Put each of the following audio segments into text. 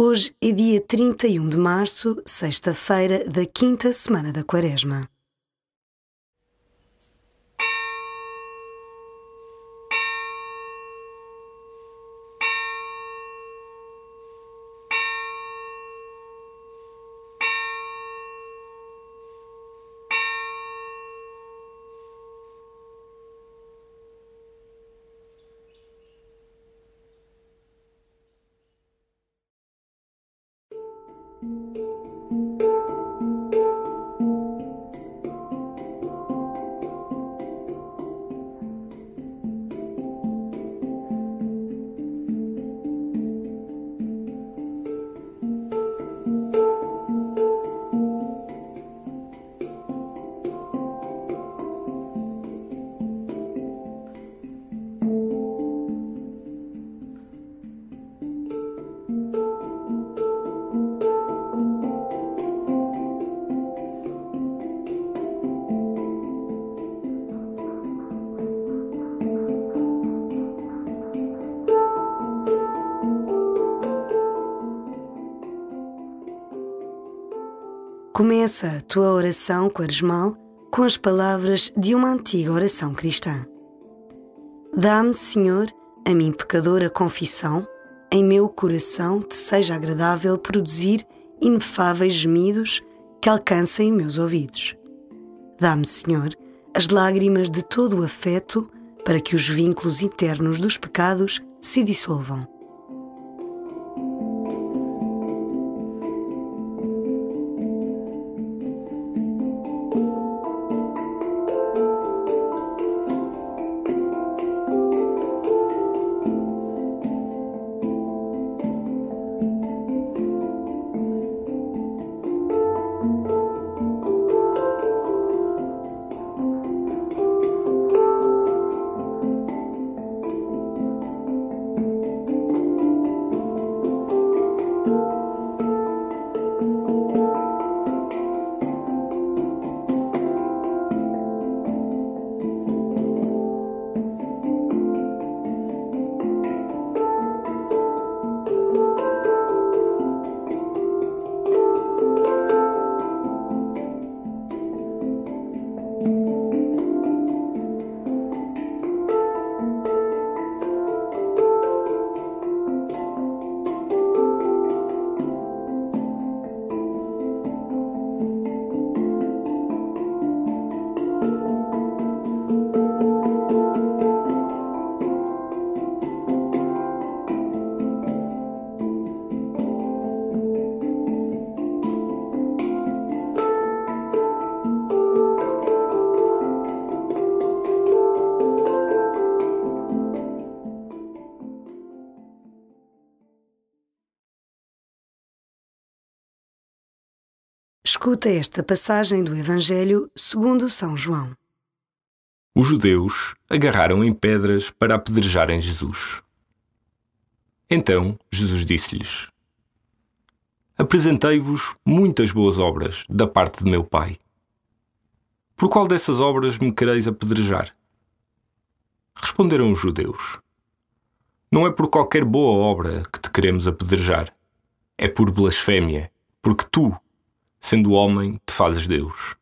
Hoje é dia 31 de março, sexta-feira da quinta semana da Quaresma. Começa a tua oração quaresmal com as palavras de uma antiga oração cristã. Dá-me, Senhor, a mim pecador, a confissão, em meu coração te seja agradável produzir inefáveis gemidos que alcancem meus ouvidos. Dá-me, Senhor, as lágrimas de todo o afeto para que os vínculos internos dos pecados se dissolvam. Escuta esta passagem do Evangelho segundo São João. Os judeus agarraram em pedras para apedrejarem Jesus. Então Jesus disse-lhes: Apresentei-vos muitas boas obras da parte de meu Pai. Por qual dessas obras me quereis apedrejar? Responderam os judeus: Não é por qualquer boa obra que te queremos apedrejar. É por blasfémia, porque tu, sendo homem, te fazes Deus.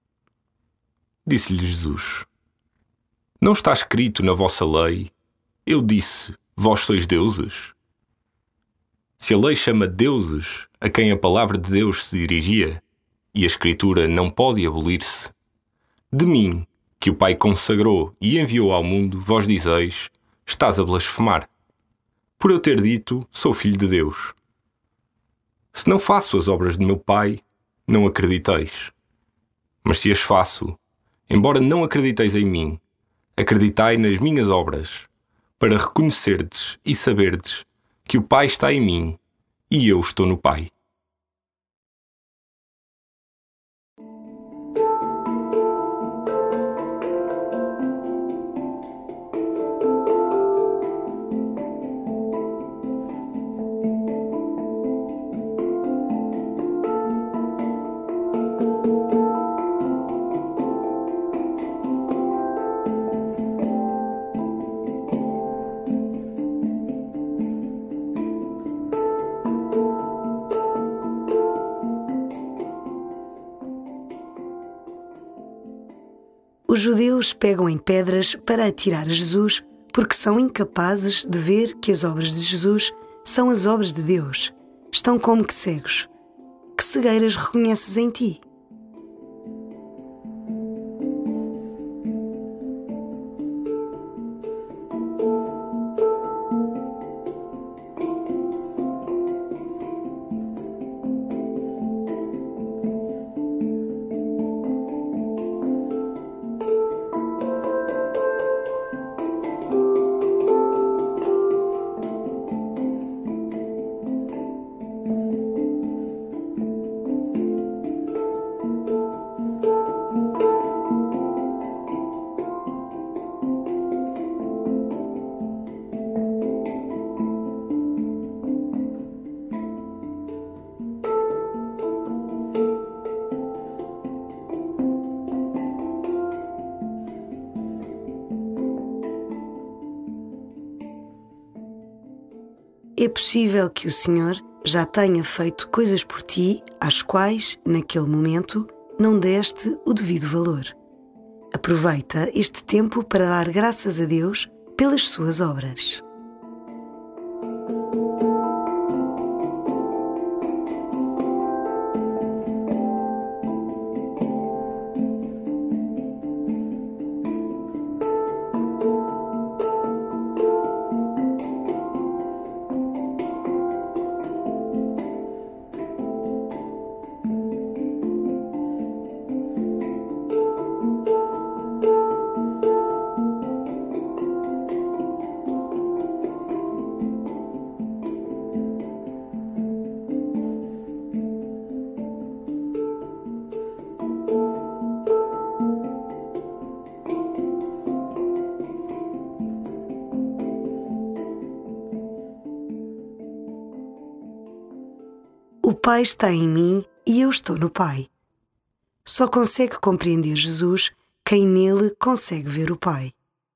Disse-lhe Jesus: Não está escrito na vossa lei: Eu disse, vós sois deuses? Se a lei chama deuses a quem a palavra de Deus se dirigia, e a Escritura não pode abolir-se, de mim, que o Pai consagrou e enviou ao mundo, vós dizeis: Estás a blasfemar. Por eu ter dito, sou filho de Deus. Se não faço as obras de meu Pai, não acrediteis. Mas se as faço, embora não acrediteis em mim, acreditai nas minhas obras, para reconhecerdes e saberdes que o Pai está em mim e eu estou no Pai. Os judeus pegam em pedras para atirar a Jesus porque são incapazes de ver que as obras de Jesus são as obras de Deus. Estão como que cegos. Que cegueiras reconheces em ti? É possível que o Senhor já tenha feito coisas por ti às quais, naquele momento, não deste o devido valor. Aproveita este tempo para dar graças a Deus pelas suas obras. O Pai está em mim e eu estou no Pai. Só consegue compreender Jesus quem nele consegue ver o Pai.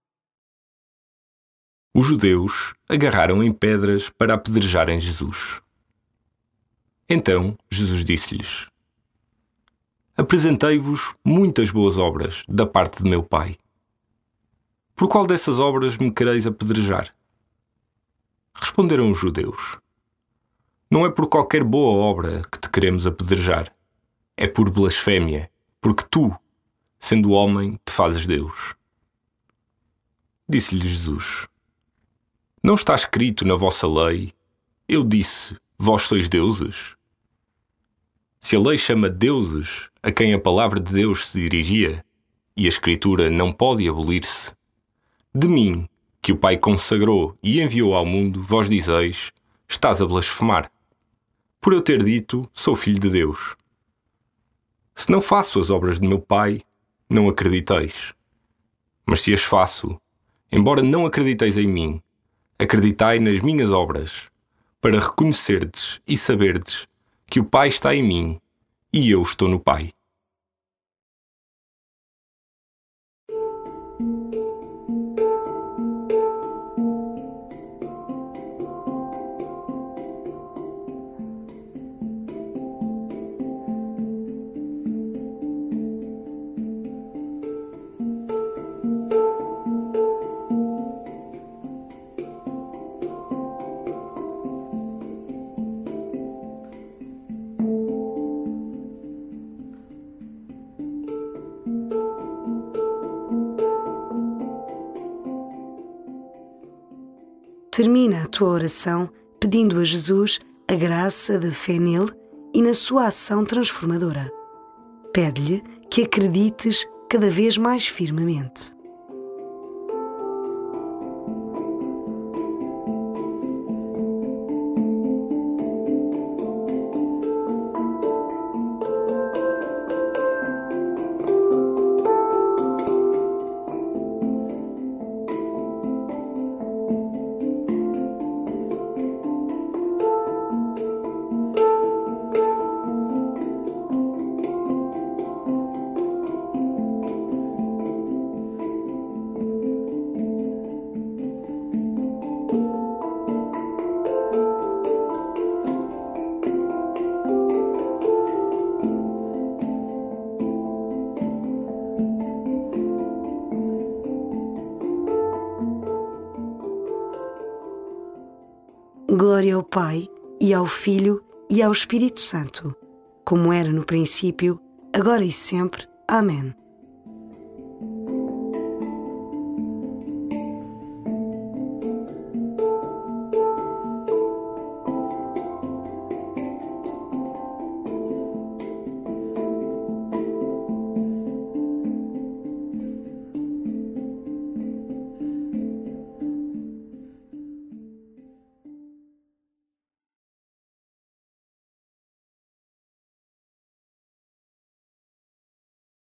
Os judeus agarraram em pedras para apedrejarem Jesus. Então Jesus disse-lhes: Apresentei-vos muitas boas obras da parte de meu Pai. Por qual dessas obras me quereis apedrejar? Responderam os judeus: Não é por qualquer boa obra que te queremos apedrejar. É por blasfémia, porque tu, sendo homem, te fazes Deus. Disse-lhe Jesus: Não está escrito na vossa lei: Eu disse, vós sois deuses? Se a lei chama deuses a quem a palavra de Deus se dirigia, e a Escritura não pode abolir-se, de mim, que o Pai consagrou e enviou ao mundo, vós dizeis: Estás a blasfemar. Por eu ter dito, sou filho de Deus. Se não faço as obras de meu Pai, não acrediteis. Mas se as faço, embora não acrediteis em mim, acreditai nas minhas obras, para reconhecerdes e saberdes que o Pai está em mim e eu estou no Pai. Termina a tua oração pedindo a Jesus a graça da fé nele e na sua ação transformadora. Pede-lhe que acredites cada vez mais firmemente. Glória ao Pai, e ao Filho, e ao Espírito Santo, como era no princípio, agora e sempre. Amém.